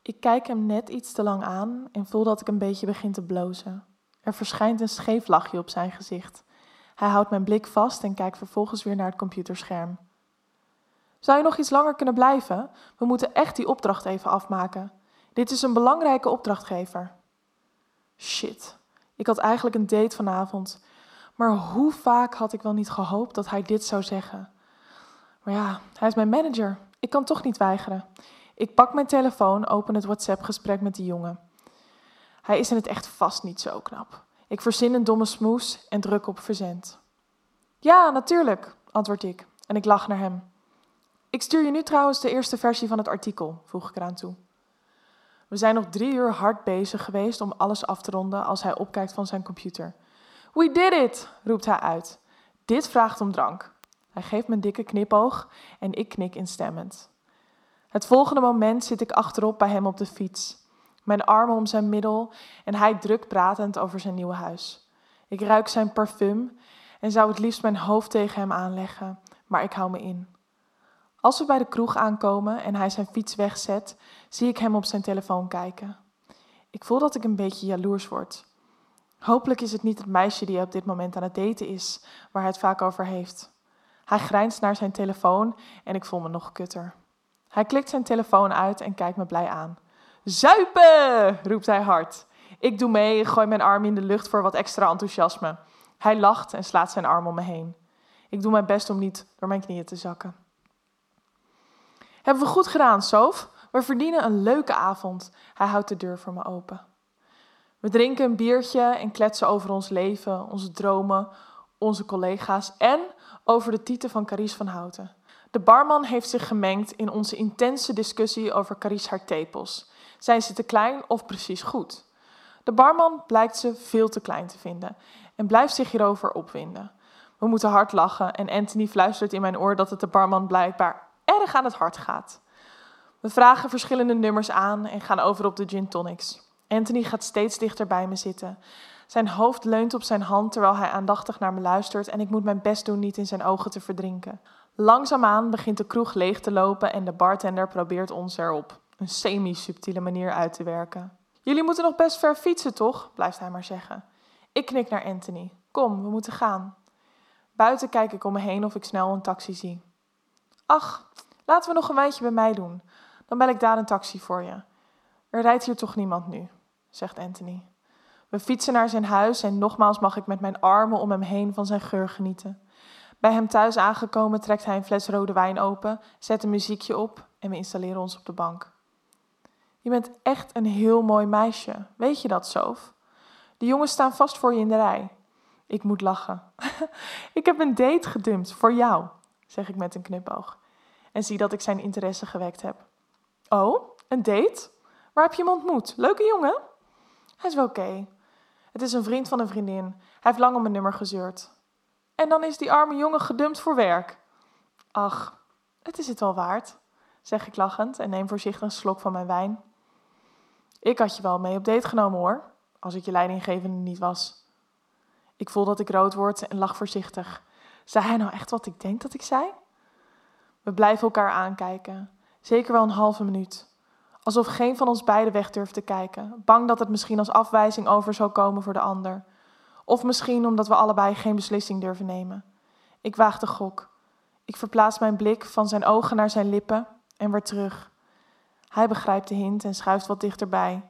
Ik kijk hem net iets te lang aan en voel dat ik een beetje begin te blozen. Er verschijnt een scheef lachje op zijn gezicht. Hij houdt mijn blik vast en kijkt vervolgens weer naar het computerscherm. Zou je nog iets langer kunnen blijven? We moeten echt die opdracht even afmaken. Dit is een belangrijke opdrachtgever. Shit, ik had eigenlijk een date vanavond. Maar hoe vaak had ik wel niet gehoopt dat hij dit zou zeggen? Maar ja, hij is mijn manager. Ik kan toch niet weigeren. Ik pak mijn telefoon, open het WhatsApp-gesprek met die jongen. Hij is in het echt vast niet zo knap. Ik verzin een domme smoes en druk op verzend. Ja, natuurlijk, antwoord ik en ik lach naar hem. Ik stuur je nu trouwens de eerste versie van het artikel, voeg ik eraan toe. We zijn nog 3 uur hard bezig geweest om alles af te ronden als hij opkijkt van zijn computer. We did it, roept hij uit. Dit vraagt om drank. Hij geeft me een dikke knipoog en ik knik instemmend. Het volgende moment zit ik achterop bij hem op de fiets. Mijn armen om zijn middel en hij druk pratend over zijn nieuwe huis. Ik ruik zijn parfum en zou het liefst mijn hoofd tegen hem aanleggen, maar ik hou me in. Als we bij de kroeg aankomen en hij zijn fiets wegzet, zie ik hem op zijn telefoon kijken. Ik voel dat ik een beetje jaloers word. Hopelijk is het niet het meisje die op dit moment aan het daten is, waar hij het vaak over heeft. Hij grijnst naar zijn telefoon en ik voel me nog kutter. Hij klikt zijn telefoon uit en kijkt me blij aan. Zuipen, roept hij hard. Ik doe mee en gooi mijn arm in de lucht voor wat extra enthousiasme. Hij lacht en slaat zijn arm om me heen. Ik doe mijn best om niet door mijn knieën te zakken. Hebben we goed gedaan, Sof? We verdienen een leuke avond. Hij houdt de deur voor me open. We drinken een biertje en kletsen over ons leven, onze dromen, onze collega's en over de titel van Carice van Houten. De barman heeft zich gemengd in onze intense discussie over Carice haar tepels. Zijn ze te klein of precies goed? De barman blijkt ze veel te klein te vinden en blijft zich hierover opwinden. We moeten hard lachen en Anthony fluistert in mijn oor dat het de barman blijkbaar erg aan het hart gaat. We vragen verschillende nummers aan en gaan over op de gin tonics. Anthony gaat steeds dichter bij me zitten. Zijn hoofd leunt op zijn hand terwijl hij aandachtig naar me luistert en ik moet mijn best doen niet in zijn ogen te verdrinken. Langzaamaan begint de kroeg leeg te lopen en de bartender probeert ons er op een semi-subtiele manier uit te werken. Jullie moeten nog best ver fietsen, toch? Blijft hij maar zeggen. Ik knik naar Anthony. Kom, we moeten gaan. Buiten kijk ik om me heen of ik snel een taxi zie. Ach, laten we nog een wijntje bij mij doen. Dan bel ik daar een taxi voor je. Er rijdt hier toch niemand nu, zegt Anthony. We fietsen naar zijn huis en nogmaals mag ik met mijn armen om hem heen van zijn geur genieten. Bij hem thuis aangekomen trekt hij een fles rode wijn open, zet een muziekje op en we installeren ons op de bank. Je bent echt een heel mooi meisje, weet je dat, Sof? De jongens staan vast voor je in de rij. Ik moet lachen. Ik heb een date gedumpt voor jou, zeg ik met een knipoog. En zie dat ik zijn interesse gewekt heb. Oh, een date? Waar heb je hem ontmoet? Leuke jongen? Hij is wel oké. Het is een vriend van een vriendin. Hij heeft lang om mijn nummer gezeurd. En dan is die arme jongen gedumpt voor werk. Ach, het is het wel waard, zeg ik lachend en neem voorzichtig een slok van mijn wijn. Ik had je wel mee op date genomen hoor, als ik je leidinggevende niet was. Ik voel dat ik rood word en lach voorzichtig. Zei hij nou echt wat ik denk dat ik zei? We blijven elkaar aankijken, zeker wel een halve minuut. Alsof geen van ons beiden weg durft te kijken, bang dat het misschien als afwijzing over zou komen voor de ander. Of misschien omdat we allebei geen beslissing durven nemen. Ik waag de gok. Ik verplaats mijn blik van zijn ogen naar zijn lippen en weer terug. Hij begrijpt de hint en schuift wat dichterbij.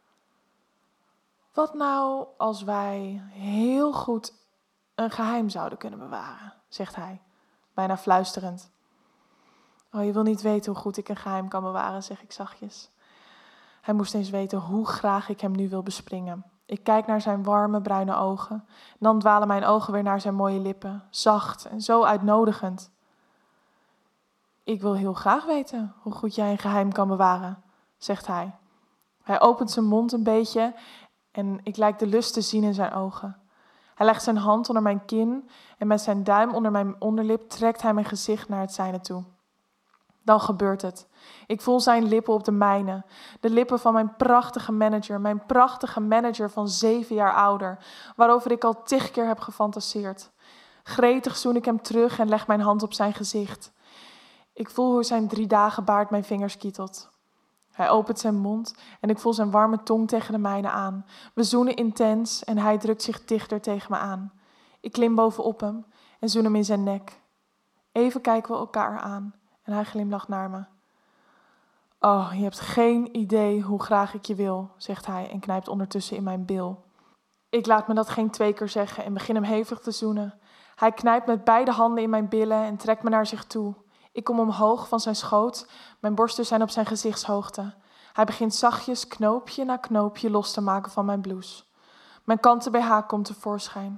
Wat nou als wij heel goed een geheim zouden kunnen bewaren, zegt hij, bijna fluisterend. Oh, je wil niet weten hoe goed ik een geheim kan bewaren, zeg ik zachtjes. Hij moest eens weten hoe graag ik hem nu wil bespringen. Ik kijk naar zijn warme, bruine ogen. En dan dwalen mijn ogen weer naar zijn mooie lippen. Zacht en zo uitnodigend. Ik wil heel graag weten hoe goed jij een geheim kan bewaren, zegt hij. Hij opent zijn mond een beetje en ik lijk de lust te zien in zijn ogen. Hij legt zijn hand onder mijn kin en met zijn duim onder mijn onderlip trekt hij mijn gezicht naar het zijne toe. Dan gebeurt het. Ik voel zijn lippen op de mijne. De lippen van mijn prachtige manager van 7 jaar ouder, waarover ik al 10 keer heb gefantaseerd. Gretig zoen ik hem terug en leg mijn hand op zijn gezicht. Ik voel hoe zijn 3 dagen baard mijn vingers kietelt. Hij opent zijn mond en ik voel zijn warme tong tegen de mijne aan. We zoenen intens en hij drukt zich dichter tegen me aan. Ik klim bovenop hem en zoen hem in zijn nek. Even kijken we elkaar aan en hij glimlacht naar me. Oh, je hebt geen idee hoe graag ik je wil, zegt hij en knijpt ondertussen in mijn bil. Ik laat me dat geen 2 keer zeggen en begin hem hevig te zoenen. Hij knijpt met beide handen in mijn billen en trekt me naar zich toe. Ik kom omhoog van zijn schoot, mijn borsten zijn op zijn gezichtshoogte. Hij begint zachtjes knoopje na knoopje los te maken van mijn blouse. Mijn kanten BH komt tevoorschijn.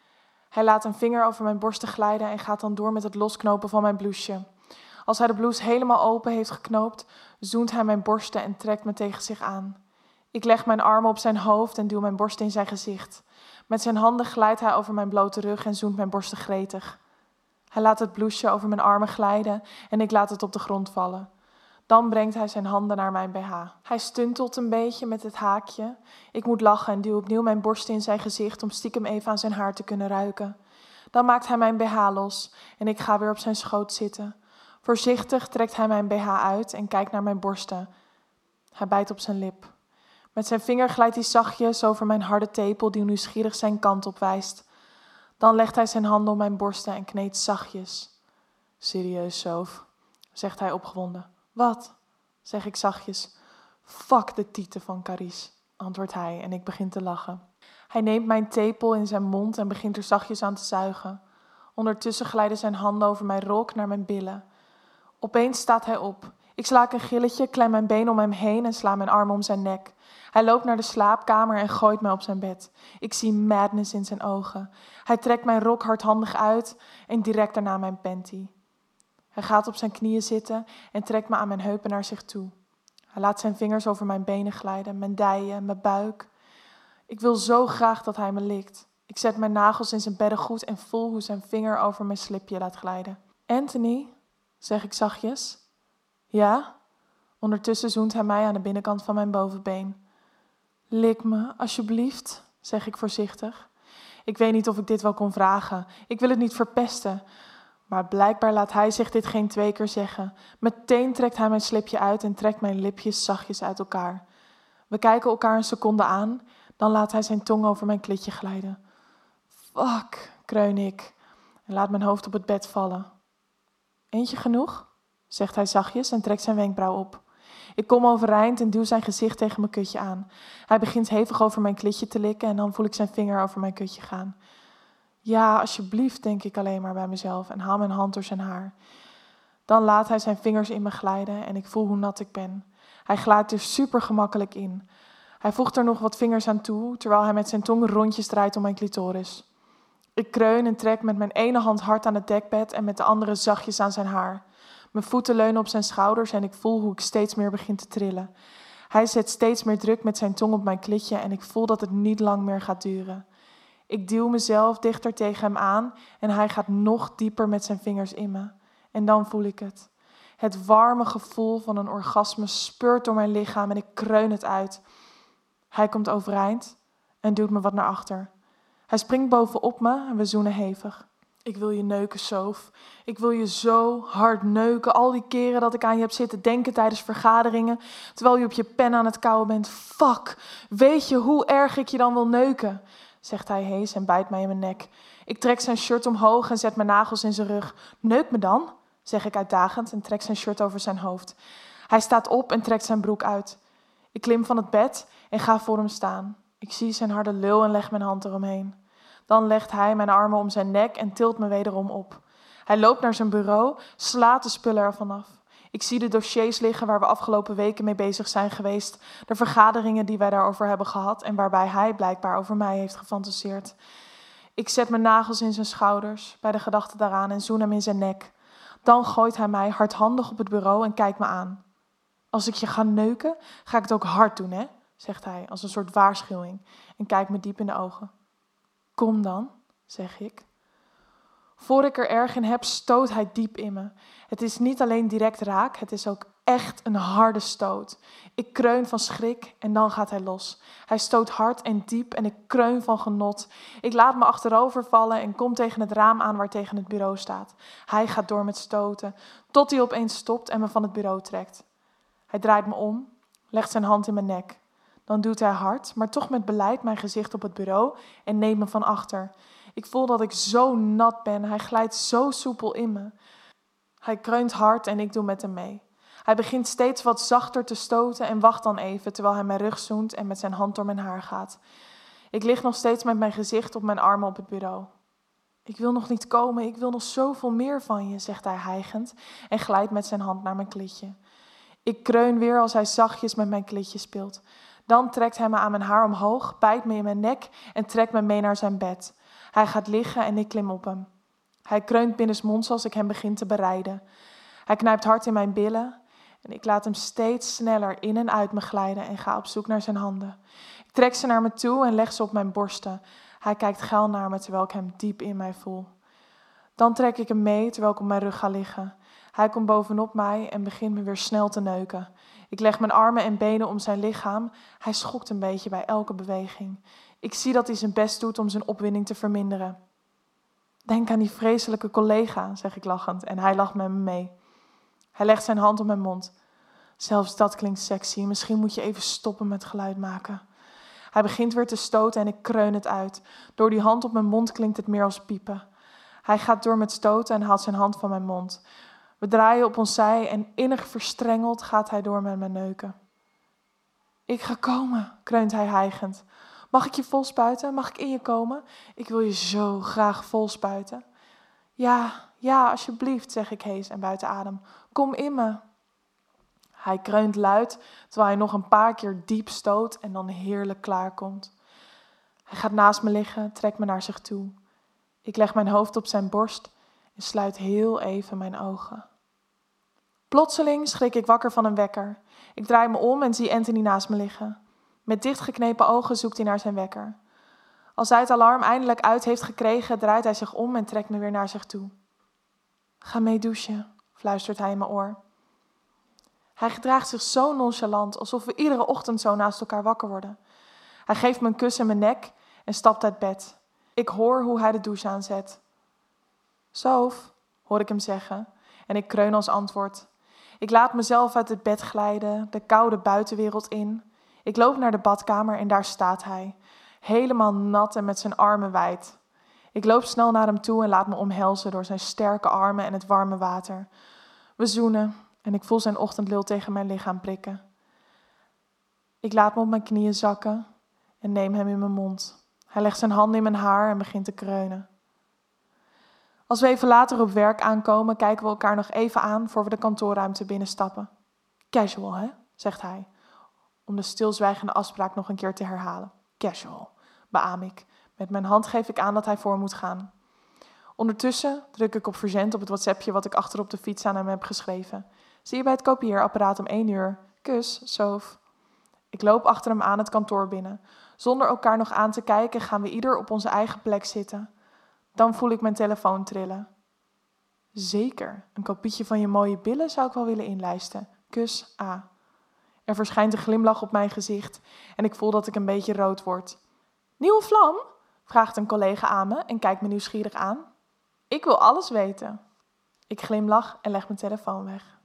Hij laat een vinger over mijn borsten glijden en gaat dan door met het losknopen van mijn blouseje. Als hij de blouse helemaal open heeft geknoopt, zoent hij mijn borsten en trekt me tegen zich aan. Ik leg mijn armen op zijn hoofd en duw mijn borsten in zijn gezicht. Met zijn handen glijdt hij over mijn blote rug en zoent mijn borsten gretig. Hij laat het blouseje over mijn armen glijden en ik laat het op de grond vallen. Dan brengt hij zijn handen naar mijn BH. Hij stuntelt een beetje met het haakje. Ik moet lachen en duw opnieuw mijn borsten in zijn gezicht om stiekem even aan zijn haar te kunnen ruiken. Dan maakt hij mijn BH los en ik ga weer op zijn schoot zitten. Voorzichtig trekt hij mijn BH uit en kijkt naar mijn borsten. Hij bijt op zijn lip. Met zijn vinger glijdt hij zachtjes over mijn harde tepel die nieuwsgierig zijn kant op wijst. Dan legt hij zijn handen op mijn borsten en kneedt zachtjes. Serieus, Soof, zegt hij opgewonden. Wat? Zeg ik zachtjes. Fuck de tieten van Carice, antwoordt hij en ik begin te lachen. Hij neemt mijn tepel in zijn mond en begint er zachtjes aan te zuigen. Ondertussen glijden zijn handen over mijn rok naar mijn billen. Opeens staat hij op. Ik slaak een gilletje, klem mijn been om hem heen en sla mijn armen om zijn nek. Hij loopt naar de slaapkamer en gooit mij op zijn bed. Ik zie madness in zijn ogen. Hij trekt mijn rok hardhandig uit en direct daarna mijn panty. Hij gaat op zijn knieën zitten en trekt me aan mijn heupen naar zich toe. Hij laat zijn vingers over mijn benen glijden, mijn dijen, mijn buik. Ik wil zo graag dat hij me likt. Ik zet mijn nagels in zijn beddengoed en voel hoe zijn vinger over mijn slipje laat glijden. Anthony, zeg ik zachtjes. Ja? Ondertussen zoent hij mij aan de binnenkant van mijn bovenbeen. Lik me, alsjeblieft, zeg ik voorzichtig. Ik weet niet of ik dit wel kon vragen. Ik wil het niet verpesten. Maar blijkbaar laat hij zich dit geen 2 keer zeggen. Meteen trekt hij mijn slipje uit en trekt mijn lipjes zachtjes uit elkaar. We kijken elkaar een seconde aan, dan laat hij zijn tong over mijn klitje glijden. Fuck, kreun ik en laat mijn hoofd op het bed vallen. Eentje genoeg? Zegt hij zachtjes en trekt zijn wenkbrauw op. Ik kom overeind en duw zijn gezicht tegen mijn kutje aan. Hij begint hevig over mijn klitje te likken en dan voel ik zijn vinger over mijn kutje gaan. Ja, alsjeblieft, denk ik alleen maar bij mezelf en haal mijn hand door zijn haar. Dan laat hij zijn vingers in me glijden en ik voel hoe nat ik ben. Hij glijdt er super gemakkelijk in. Hij voegt er nog wat vingers aan toe, terwijl hij met zijn tong rondjes draait om mijn clitoris. Ik kreun en trek met mijn ene hand hard aan het dekbed en met de andere zachtjes aan zijn haar. Mijn voeten leunen op zijn schouders en ik voel hoe ik steeds meer begin te trillen. Hij zet steeds meer druk met zijn tong op mijn klitje en ik voel dat het niet lang meer gaat duren. Ik duw mezelf dichter tegen hem aan en hij gaat nog dieper met zijn vingers in me. En dan voel ik het. Het warme gevoel van een orgasme speurt door mijn lichaam en ik kreun het uit. Hij komt overeind en duwt me wat naar achter. Hij springt bovenop me en we zoenen hevig. Ik wil je neuken, Soof. Ik wil je zo hard neuken. Al die keren dat ik aan je heb zitten denken tijdens vergaderingen, terwijl je op je pen aan het kauwen bent. Fuck, weet je hoe erg ik je dan wil neuken? Zegt hij hees en bijt mij in mijn nek. Ik trek zijn shirt omhoog en zet mijn nagels in zijn rug. Neuk me dan, zeg ik uitdagend en trek zijn shirt over zijn hoofd. Hij staat op en trekt zijn broek uit. Ik klim van het bed en ga voor hem staan. Ik zie zijn harde lul en leg mijn hand eromheen. Dan legt hij mijn armen om zijn nek en tilt me wederom op. Hij loopt naar zijn bureau, slaat de spullen ervan af. Ik zie de dossiers liggen waar we afgelopen weken mee bezig zijn geweest. De vergaderingen die wij daarover hebben gehad en waarbij hij blijkbaar over mij heeft gefantaseerd. Ik zet mijn nagels in zijn schouders, bij de gedachte daaraan en zoen hem in zijn nek. Dan gooit hij mij hardhandig op het bureau en kijkt me aan. Als ik je ga neuken, ga ik het ook hard doen, hè? Zegt hij als een soort waarschuwing en kijkt me diep in de ogen. Kom dan, zeg ik. Voor ik er erg in heb, stoot hij diep in me. Het is niet alleen direct raak, het is ook echt een harde stoot. Ik kreun van schrik en dan gaat hij los. Hij stoot hard en diep en ik kreun van genot. Ik laat me achterover vallen en kom tegen het raam aan waar tegen het bureau staat. Hij gaat door met stoten, tot hij opeens stopt en me van het bureau trekt. Hij draait me om legt zijn hand in mijn nek. Dan duwt hij hard, maar toch met beleid mijn gezicht op het bureau en neemt me van achter. Ik voel dat ik zo nat ben, hij glijdt zo soepel in me. Hij kreunt hard en ik doe met hem mee. Hij begint steeds wat zachter te stoten en wacht dan even, terwijl hij mijn rug zoent en met zijn hand door mijn haar gaat. Ik lig nog steeds met mijn gezicht op mijn armen op het bureau. Ik wil nog niet komen, ik wil nog zoveel meer van je, zegt hij hijgend en glijdt met zijn hand naar mijn klitje. Ik kreun weer als hij zachtjes met mijn klitje speelt. Dan trekt hij me aan mijn haar omhoog, bijt me in mijn nek en trekt me mee naar zijn bed. Hij gaat liggen en ik klim op hem. Hij kreunt binnensmonds als ik hem begin te bereiden. Hij knijpt hard in mijn billen en ik laat hem steeds sneller in en uit me glijden en ga op zoek naar zijn handen. Ik trek ze naar me toe en leg ze op mijn borsten. Hij kijkt geil naar me terwijl ik hem diep in mij voel. Dan trek ik hem mee terwijl ik op mijn rug ga liggen. Hij komt bovenop mij en begint me weer snel te neuken. Ik leg mijn armen en benen om zijn lichaam. Hij schokt een beetje bij elke beweging. Ik zie dat hij zijn best doet om zijn opwinding te verminderen. Denk aan die vreselijke collega, zeg ik lachend en hij lacht met me mee. Hij legt zijn hand op mijn mond. Zelfs dat klinkt sexy, misschien moet je even stoppen met geluid maken. Hij begint weer te stoten en ik kreun het uit. Door die hand op mijn mond klinkt het meer als piepen. Hij gaat door met stoten en haalt zijn hand van mijn mond. We draaien op ons zij en innig verstrengeld gaat hij door met me neuken. Ik ga komen, kreunt hij hijgend. Mag ik je volspuiten? Mag ik in je komen? Ik wil je zo graag volspuiten. Ja, alsjeblieft, zeg ik hees en buiten adem. Kom in me. Hij kreunt luid, terwijl hij nog een paar keer diep stoot en dan heerlijk klaarkomt. Hij gaat naast me liggen, trekt me naar zich toe. Ik leg mijn hoofd op zijn borst en sluit heel even mijn ogen. Plotseling schrik ik wakker van een wekker. Ik draai me om en zie Anthony naast me liggen. Met dichtgeknepen ogen zoekt hij naar zijn wekker. Als hij het alarm eindelijk uit heeft gekregen, draait hij zich om en trekt me weer naar zich toe. Ga mee douchen, fluistert hij in mijn oor. Hij gedraagt zich zo nonchalant, alsof we iedere ochtend zo naast elkaar wakker worden. Hij geeft me een kus in mijn nek en stapt uit bed. Ik hoor hoe hij de douche aanzet. Sof, hoor ik hem zeggen en ik kreun als antwoord. Ik laat mezelf uit het bed glijden, de koude buitenwereld in. Ik loop naar de badkamer en daar staat hij, helemaal nat en met zijn armen wijd. Ik loop snel naar hem toe en laat me omhelzen door zijn sterke armen en het warme water. We zoenen en ik voel zijn ochtendlul tegen mijn lichaam prikken. Ik laat me op mijn knieën zakken en neem hem in mijn mond. Hij legt zijn handen in mijn haar en begint te kreunen. Als we even later op werk aankomen, kijken we elkaar nog even aan voor we de kantoorruimte binnenstappen. Casual, hè? Zegt hij, om de stilzwijgende afspraak nog een keer te herhalen. Casual, beaam ik. Met mijn hand geef ik aan dat hij voor moet gaan. Ondertussen druk ik op verzend op het WhatsAppje wat ik achter op de fiets aan hem heb geschreven. Zie je bij het kopieerapparaat om 1 uur. Kus, Sof. Ik loop achter hem aan het kantoor binnen. Zonder elkaar nog aan te kijken gaan we ieder op onze eigen plek zitten. Dan voel ik mijn telefoon trillen. Zeker, een kopietje van je mooie billen zou ik wel willen inlijsten. Kus A. Er verschijnt een glimlach op mijn gezicht en ik voel dat ik een beetje rood word. Nieuwe vlam? Vraagt een collega aan me en kijkt me nieuwsgierig aan. Ik wil alles weten. Ik glimlach en leg mijn telefoon weg.